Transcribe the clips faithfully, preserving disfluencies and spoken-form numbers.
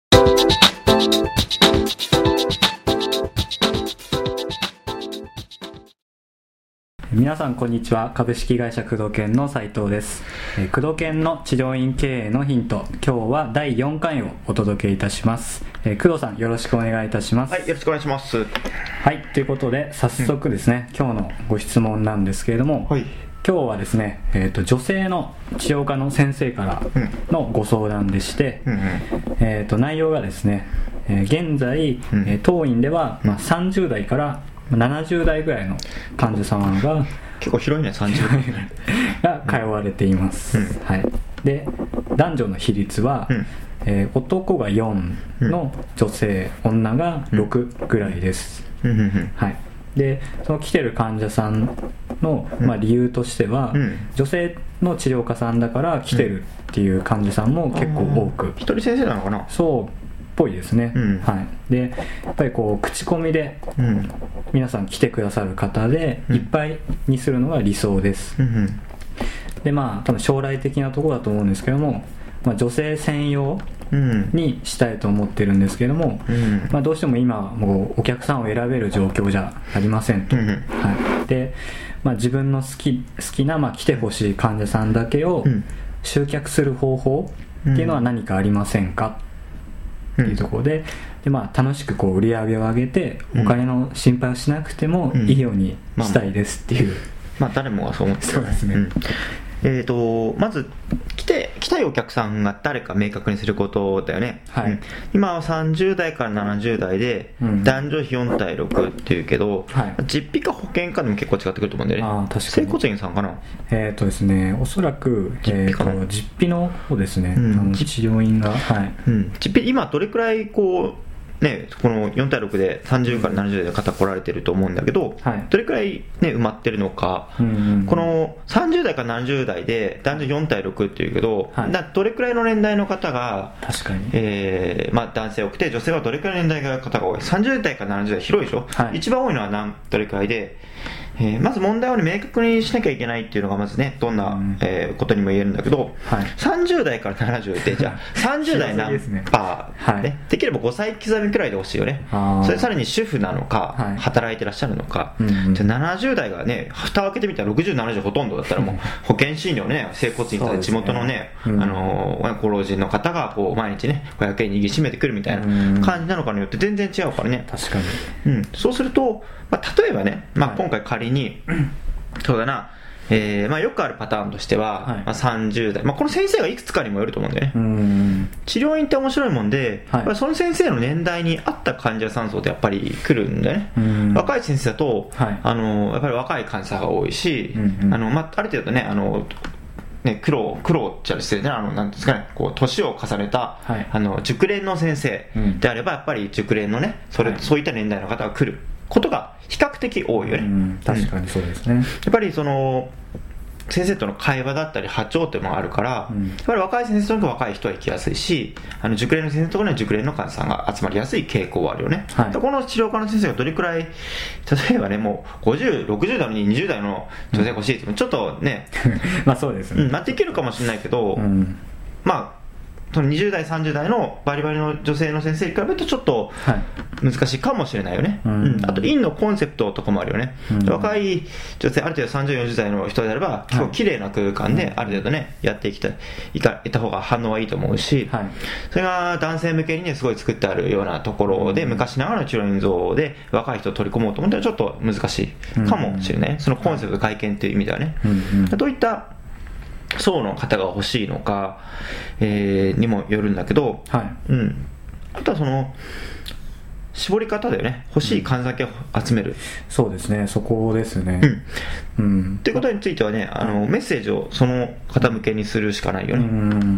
皆さんこんにちは。株式会社工藤研の斉藤です。えー、工藤研の治療院経営のヒント、今日はだいよんかいをお届けいたします。えー、工藤さんよろしくお願いいたします。 はい、よろしくお願いします。 はい、ということで早速ですね、うん、今日のご質問なんですけれども、はい、今日はですね、えーと、女性の治療科の先生からのご相談でして、うんうん、えーと、内容がですね、えー、現在、うん、えー、当院では、まあ、さんじゅうだいからななじゅうだいぐらいの患者様が結構広いね、さんじゅうだいが通われています、うん、はい、で男女の比率は、うん、えー、男がよんの女性、うん、女がろくぐらいです、うん、はい、でその来てる患者さんの、まあ、理由としては、うん、女性の治療家さんだから来てるっていう患者さんも結構多く、 一人先生なのかな、 そうぽいですね、うん、はい、でやっぱりこう口コミで皆さん来てくださる方で、うん、いっぱいにするのが理想です、うんうん、でまあ多分将来的なところだと思うんですけども、まあ、女性専用にしたいと思ってるんですけども、うん、まあ、どうしても今はもうお客さんを選べる状況じゃありませんと、うんうん、はい、で、まあ、自分の好き、好きな、まあ、来てほしい患者さんだけを集客する方法っていうのは何かありませんかっていうところで、で、まあ、楽しくこう売り上げを上げてお金の心配をしなくてもいいようにしたいですっていう、うん、 まあ、まあ、誰もがそう思ってる。 そうですね、うん、 えーとまず来て来たいお客さんが誰か明確にすることだよね、はい、うん、今はさんじゅうだいからななじゅうだいで、うん、男女比よんたいろくっていうけど、はい、実費か保険かでも結構違ってくると思うんだよね。あ、確かに。整骨院さんかな。 えーとですね、おそらく実費かな、えー、実費の方ですね、うん、あの治療院が、はい、 うん、実費今どれくらいこうね、このよんたいろくでさんじゅうからななじゅうだいで方来られてると思うんだけど、はい、どれくらい、ね、埋まってるのか、うんうんうん、このさんじゅうだいからななじゅうだいで男女よんたいろくっていうけど、はい、だどれくらいの年代の方が、 確かに、 えーまあ、男性多くて女性はどれくらいの年代の方が多い。さんじゅうだいからななじゅうだい広いでしょ、はい、一番多いのは何どれくらいで、えー、まず問題を、ね、明確にしなきゃいけないっていうのがまずね、どんな、うん、えー、ことにも言えるんだけど、はい、さんじゅうだいからななじゅうでじゃあさんじゅうだい何パー、ね、はい、できればごさい刻みくらいでほしいよね。それさらに主婦なのか、はい、働いてらっしゃるのか、うんうん、じゃあななじゅうだいがね、蓋を開けてみたらろくじゅうななじゅうほとんどだったらもう保険診療ね、整骨院とか地元のね、うん、あのご老人の方がこう毎日ねごひゃくえん握りしめてくるみたいな感じなのかによって全然違うからね。 確かに、うん、そうすると、まあ、例えばね、まあ、今回仮に、はい、そうだな、えーまあ、よくあるパターンとしては、はい、まあ、さんじゅうだい、まあ、この先生がいくつかにもよると思うんだよね。うん、治療院って面白いもんで、はい、その先生の年代に合った患者さん層ってやっぱり来るんだよね。うん、若い先生だと、はい、あのやっぱり若い患者さんが多いし、うんうん、あのまあ、ある程度ね、あのね、苦労、苦労っちゃう失礼で、あの、なんですかね、こう、年を重ねた、はい、あの、熟練の先生であれば、やっぱり熟練のね、それ、はい、そういった年代の方が来ることが比較的多いよね。うん、 確かにそうですね。やっぱりその、先生との会話だったり波長っていうのもあるから、うん、やっぱり若い先生との若い人は行きやすいし、あの熟練の先生ところには熟練の患者さんが集まりやすい傾向はあるよね。はい、この治療科の先生がどれくらい、例えばね、もうごじゅう、ろくじゅうだいににじゅうだいの女性欲しいって、うん、ちょっとね、 まあそうですね。 うん、まあできるかもしれないけど、うん、まあ、そのにじゅうだいさんじゅうだいのバリバリの女性の先生に比べるとちょっと難しいかもしれないよね、はい、うん、あと院のコンセプトとかもあるよね、うん、若い女性ある程度さんじゅう、よんじゅうだいの人であれば結構綺麗な空間である程度ねやっていきたいいかいた方が反応はいいと思うし、はい、それが男性向けにねすごい作ってあるようなところで、うん、昔ながらの治療院像で若い人を取り込もうと思ったらちょっと難しいかもしれない、うん、そのコンセプト改憲という意味ではね、うんうん、どういった層の方が欲しいのか、えー、にもよるんだけど、はい、うん、あとはその絞り方だよね。欲しい患者だけを集める、うん、 そうですね、そこですね、 うん、うん、っていうことについてはね、あのメッセージをその方向けにするしかないよね。うん、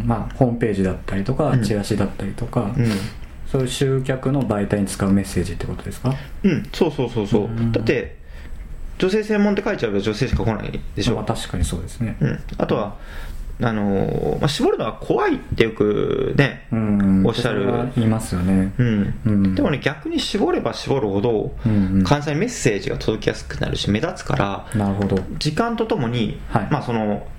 まあ、ホームページだったりとか、うん、チラシだったりとか、うん、そういう集客の媒体に使うメッセージってことですか。 うん、そうそうそうそう、うん、だって女性専門って書いちゃえば女性しか来ないでしょ。 まあ、確かにそうですね、 うん、あとはあのまあ、絞るのは怖いってよくね、うん、おっしゃる言いますよね、 うんうん、でもね逆に絞れば絞るほど、うんうん、患者さんにメッセージが届きやすくなるし目立つから、 なるほど、 時間とともに、はい、まあ、その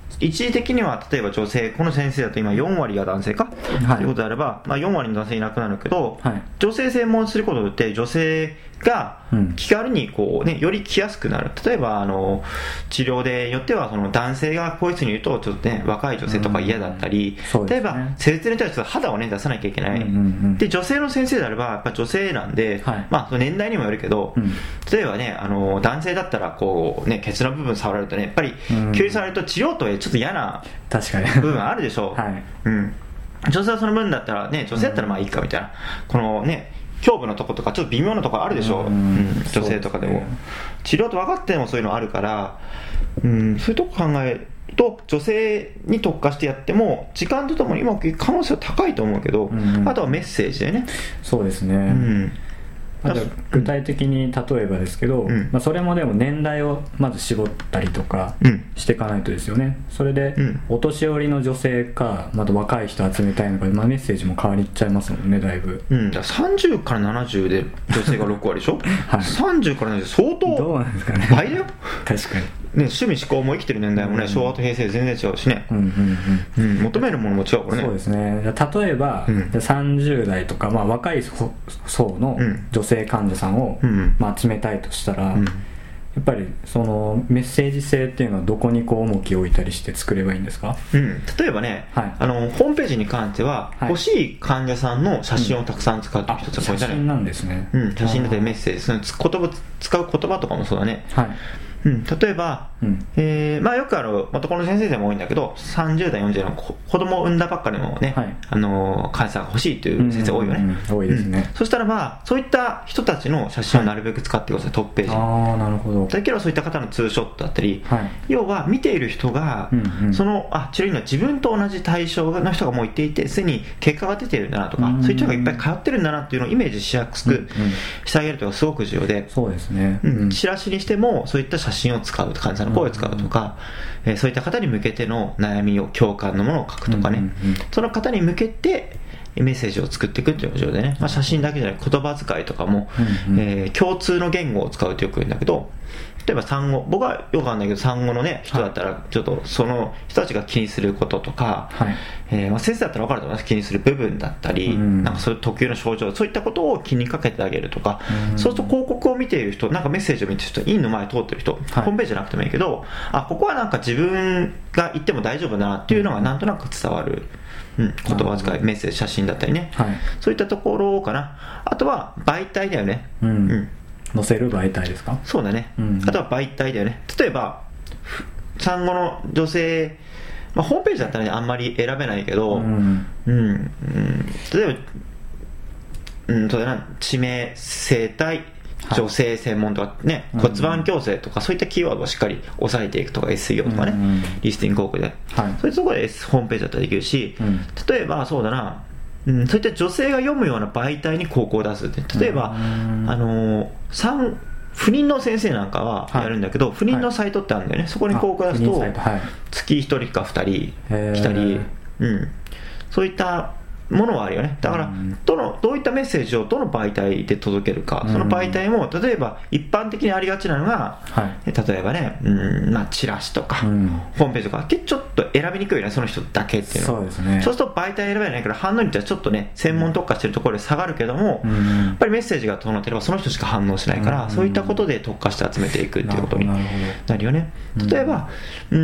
一時的には例えば女性、この先生だと今よんわりが男性か、はい、ということであれば、まあ、よん割の男性いなくなるけど、はい、女性専門することによって女性が気軽にこう、ね、より来やすくなる。例えばあの治療でよってはその男性が更衣室にいるとちょっと、ね、若い女性とか嫌だったり、うん、例えば施術に対しては肌を、ね、出さなきゃいけない、うんうんうん、で女性の先生であればやっぱ女性なんで、はい、まあ、その年代にもよるけど、うん、例えばねあの男性だったらこう、ね、ケツの部分触られるとねやっぱり急に触られると治療とちょっと嫌な部分あるでしょう、はいうん、女性はその分だったらね女性だったらまあいいかみたいな、うん、このね胸部のとことかちょっと微妙なところあるでしょう、うん、女性とかでも、ね、治療と分かってもそういうのあるから、うん、そういうとこ考えると女性に特化してやっても時間とともにうまくいく可能性は高いと思うけど、うん、あとはメッセージでね。 そうですね、うんあと具体的に例えばですけど、うんまあ、それもでも年代をまず絞ったりとかしていかないとですよね。それでお年寄りの女性かまた若い人集めたいのか、まあ、メッセージも変わりっちゃいますもんねだいぶ、 うん、ださんじゅうからななじゅうで女性がろくわりでしょ、はい、さんじゅうからななじゅう相当どうなんですかね倍だよ確かにね、趣味思考も生きてる年代もね、うん、昭和と平成全然違うしね、うんうんうんうん、求めるものも違うからね。 そうですね。例えば、うん、さんじゅう代とか、まあ、若い層の女性患者さんを、うんまあ、集めたいとしたら、うん、やっぱりそのメッセージ性っていうのはどこにこう重きを置いたりして作ればいいんですか？ うん、例えばね、はい、あのホームページに関しては、はい、欲しい患者さんの写真をたくさん使うという一つのポイントだね。 写真なんですね。 うん、写真だったりメッセージ、その言葉使う言葉とかもそうだね。はいうん、例えば、うんえーまあ、よくある男の先生でも多いんだけどさんじゅう代よんじゅう代の子供を産んだばっかりのね、はい、あの患者さんが欲しいという先生多いよね、うんうんうん、 多いですね、 うん、そしたらまあそういった人たちの写真をなるべく使ってください、はい、トップページあなるほど。 だけどそういった方のツーショットだったり、はい、要は見ている人が、うんうん、そのあ治療院は自分と同じ対象の人がもういていてすでに結果が出ているんだなとか、うんうん、そういう人がいっぱい通ってるんだなっていうのをイメージしやすく、うんうん、してあげるというのがすごく重要で、 そうですね、 うんうん、チラシにしてもそういった写真を使うとか患者さんの声を使うとか、うんえー、そういった方に向けての悩みを共感のものを書くとかね、うんうんうん、その方に向けてメッセージを作っていくっていうのが重要でね、まあ、写真だけじゃない言葉遣いとかも、うんうんえー、共通の言語を使うとよく言うんだけど、例えば産後僕はよくわかんないけど産後のね人だったらちょっとその人たちが気にすることとか、はいえーまあ、先生だったら分かると思います。気にする部分だったり、うん、なんかそういう特有の症状そういったことを気にかけてあげるとか、うん、そうすると広告を見ている人なんかメッセージを見ている人院の前通ってる人、はい、ホームページじゃなくてもいいけどあここはなんか自分が行っても大丈夫だなっていうのがなんとなく伝わる、うん、言葉遣いメッセージ写真だったりね、はい、そういったところかな。あとは媒体だよね、うんうん載せる媒体ですか？ そうだね、うん、あとは媒体だよね。例えば産後の女性、まあ、ホームページだったら、ね、あんまり選べないけど、うんうんうん、例えば、うん、そうだな地名生態女性専門とかね、はい、骨盤矯正とかそういったキーワードをしっかり押さえていくとか エスイーオー とかね、うんうん、リスティング広告で、はい、そういうところでホームページだったらできるし、うん、例えばそうだなうん、そういった女性が読むような媒体に広告を出すって例えば、あのー、不妊の先生なんかはやるんだけど、はい、不妊のサイトってあるんだよね、はい、そこに広告を出すと、はい、月ひとりかふたり来たり、うん、そういったものはあるよね。だから、うん、どのどういったメッセージをどの媒体で届けるか、うん、その媒体も例えば一般的にありがちなのが、はい、例えばね、うんまあ、チラシとか、うん、ホームページとかちょっと選びにくいよねその人だけっていうのは。そうですね。そうすると媒体選べないから反応によってはちょっとね専門特化してるところで下がるけども、うん、やっぱりメッセージが整ってればその人しか反応しないから、うん、そういったことで特化して集めていくっていうことになるよね。例えば、うん、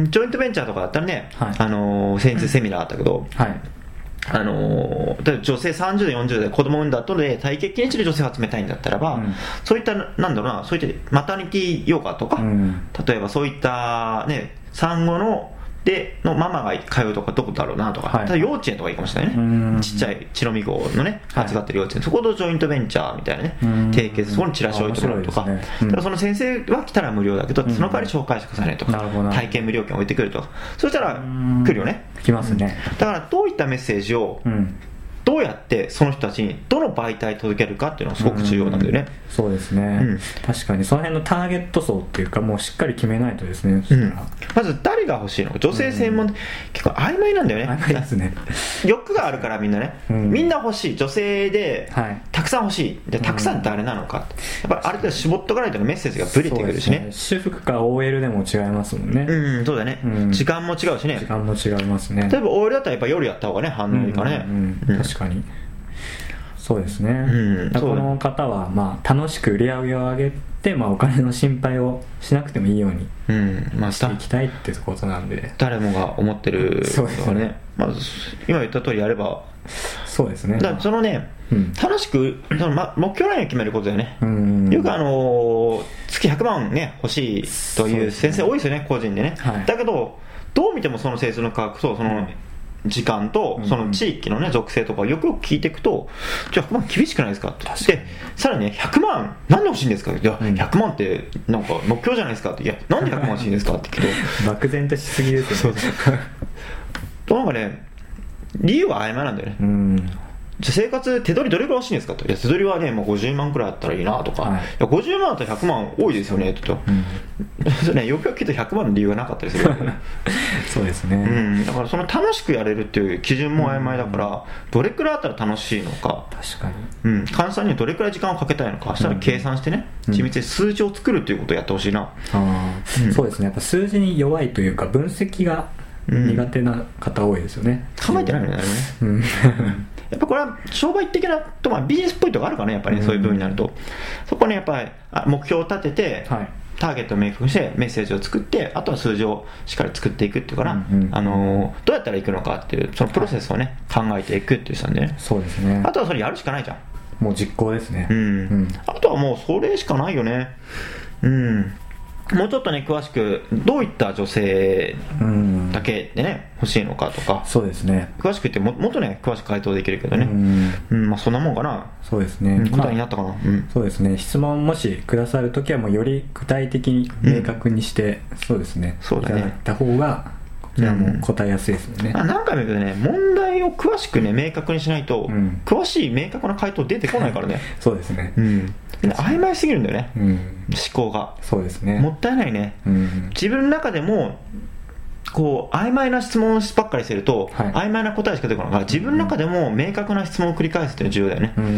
ジョイントベンチャーとかだったらね、はい、あのー、先日セミナーあったけど、はいあのー、女性さんじゅう代よんじゅう代で子供を産んだ後で体液検知で女性を集めたいんだったらば、うん、そういったなんだろうなそういったマタニティヨガとか、うん、例えばそういったね産後のでのママが通うとかどこだろうなとか、はい、ただ幼稚園とかいいかもしれないね。ちっちゃいチロミ号のね扱ってる幼稚園、はい、そことジョイントベンチャーみたいなね提携そこにチラシを置いてもらうとか、ねうん、だからその先生は来たら無料だけど、うん、その代わり紹介してくださいねとか、体験無料券置いてくると、そしたら来るよね。 来ますね。 だからどういったメッセージを、うんどうやってその人たちにどの媒体届けるかっていうのはすごく重要なんだよね。 うん、そうですね、うん、確かにその辺のターゲット層っていうかもうしっかり決めないとですね、 うん、まず誰が欲しいのか、女性専門、うん、結構曖昧なんだよね。 曖昧ですね。 欲があるからみんなね、うん、みんな欲しい、女性で、はい、たくさん欲しい、でたくさん誰なのか、うん、やっぱりある程度絞っとかないとメッセージがブレてくるしね。 私服か オーエル でも違いますもんね。 うん、そうだね、うん、時間も違うしね。 時間も違いますね。 例えば オーエル だったらやっぱ夜やった方がね反応いいかね、 うんうんうん、確かにそうですね、うん、この方はまあ楽しく売り上げを上げて、まあ、お金の心配をしなくてもいいようにしていきたいってことなんで、 誰もが思ってるのはね、まず今言った通りやればそうですね。 だからそのね、うん、楽しくその、ま、目標ラインを決めることだよね。うんうん、よくあのー、月ひゃくまんね欲しいという先生多いですよね、個人でね、はい、だけどどう見てもその生徒の価格とその時間とその地域のね属性とかをよくよく聞いていくと、じゃあひゃくまん厳しくないですかってで、さらにねひゃくまんなんで欲しいんですかって、いやひゃくまんってなんか目標じゃないですかって、いやなんでひゃくまん欲しいんですかって聞くと漠然としすぎですよね。 となんかね理由は曖昧なんだよね。うん、じゃ生活手取りどれくらい欲しいんですかと、いや手取りはね、まあ、ごじゅうまんくらいあったらいいなとか、はい、いやごじゅうまんだったらひゃくまん多いですよねって言うと、うんね、よくよく聞くとひゃくまんの理由がなかったりするわけ、ね、 そうですね、 うん、だからその楽しくやれるっていう基準も曖昧だから、うん、どれくらいあったら楽しいのか、 確かに、 うん、換算にはどれくらい時間をかけたいのか、したら計算してね、うん、緻密に数字を作るっていうことをやってほしいな。 あ、うん、そうですね、やっぱ数字に弱いというか分析が苦手な方多いですよね、 うん、考えてないのよね、うん、やっぱこれは商売的なと、まあ、ビジネスポイントがあるからね、やっぱり、ね、うん、そういう部分になるとそこねやっぱり目標を立てて、はい、ターゲットを明確にしてメッセージを作って、あとは数字をしっかり作っていくっていうかな、うんうん、あのどうやったらいくのかっていうそのプロセスをね、はい、考えていくっていうしたんでね。 そうですね。 あとはそれやるしかないじゃん。 もう実行ですね、 うんうん、あとはもうそれしかないよね。うんもうちょっとね詳しくどういった女性だけでね欲しいのかとか、 そうですね、 詳しく言ってももっとね詳しく回答できるけどね、うん、うん、まあそんなもんかな。 そうですね、 答えになったかな、まあうん、 そうですね。質問もしくださるときはもうより具体的に明確にして、うん、そうですね、 そうだね、 いただいた方がこちらも答えやすいですよね、 うん、まあ、何回も言うけどね問題を詳しくね明確にしないと、うん、詳しい明確な回答出てこないからねそうですね、 うん曖昧すぎるんだよね、うん、思考が。 そうですね、 もったいないね、うん、自分の中でもこう曖昧な質問ばっかりしてると、はい、曖昧な答えしか出てこないから、自分の中でも明確な質問を繰り返すっていうのが重要だよね、うん、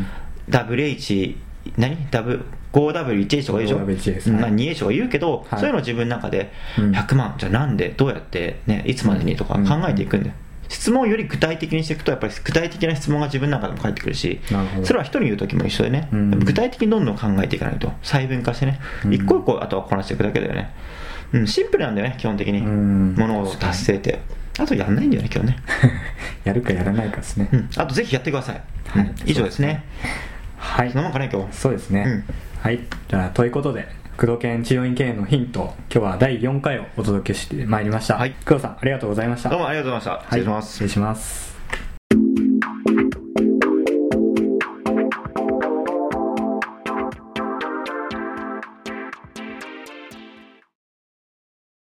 ダブリューエイチ 何 ごダブリューいちエイチ とか言うでしょ、ごダブリューいちエイチ、まあ、にエイチ とか言うけど、はい、そういうのを自分の中でひゃくまん、じゃあなんでどうやって、ね、いつまでにとか考えていくんだよ、質問をより具体的にしていくとやっぱり具体的な質問が自分の中でも返ってくるし、それは人に言う時も一緒でね、うん、具体的にどんどん考えていかないと細分化してね、うん、一個一個あとはこなしていくだけだよね、うん、シンプルなんだよね基本的に、うん、物事達成ってあとやんないんだよね今日ねやるかやらないかですね、 うん、あとぜひやってください、はい、以上ですね。 はい、 そんなもんかね今日。 そうですね、うん、はいじゃあということで工藤研治療院経営のヒント、今日はだいよんかいをお届けしてまいりました、はい、工藤さんありがとうございました。 どうもありがとうございました。失礼します、 はい、失礼します。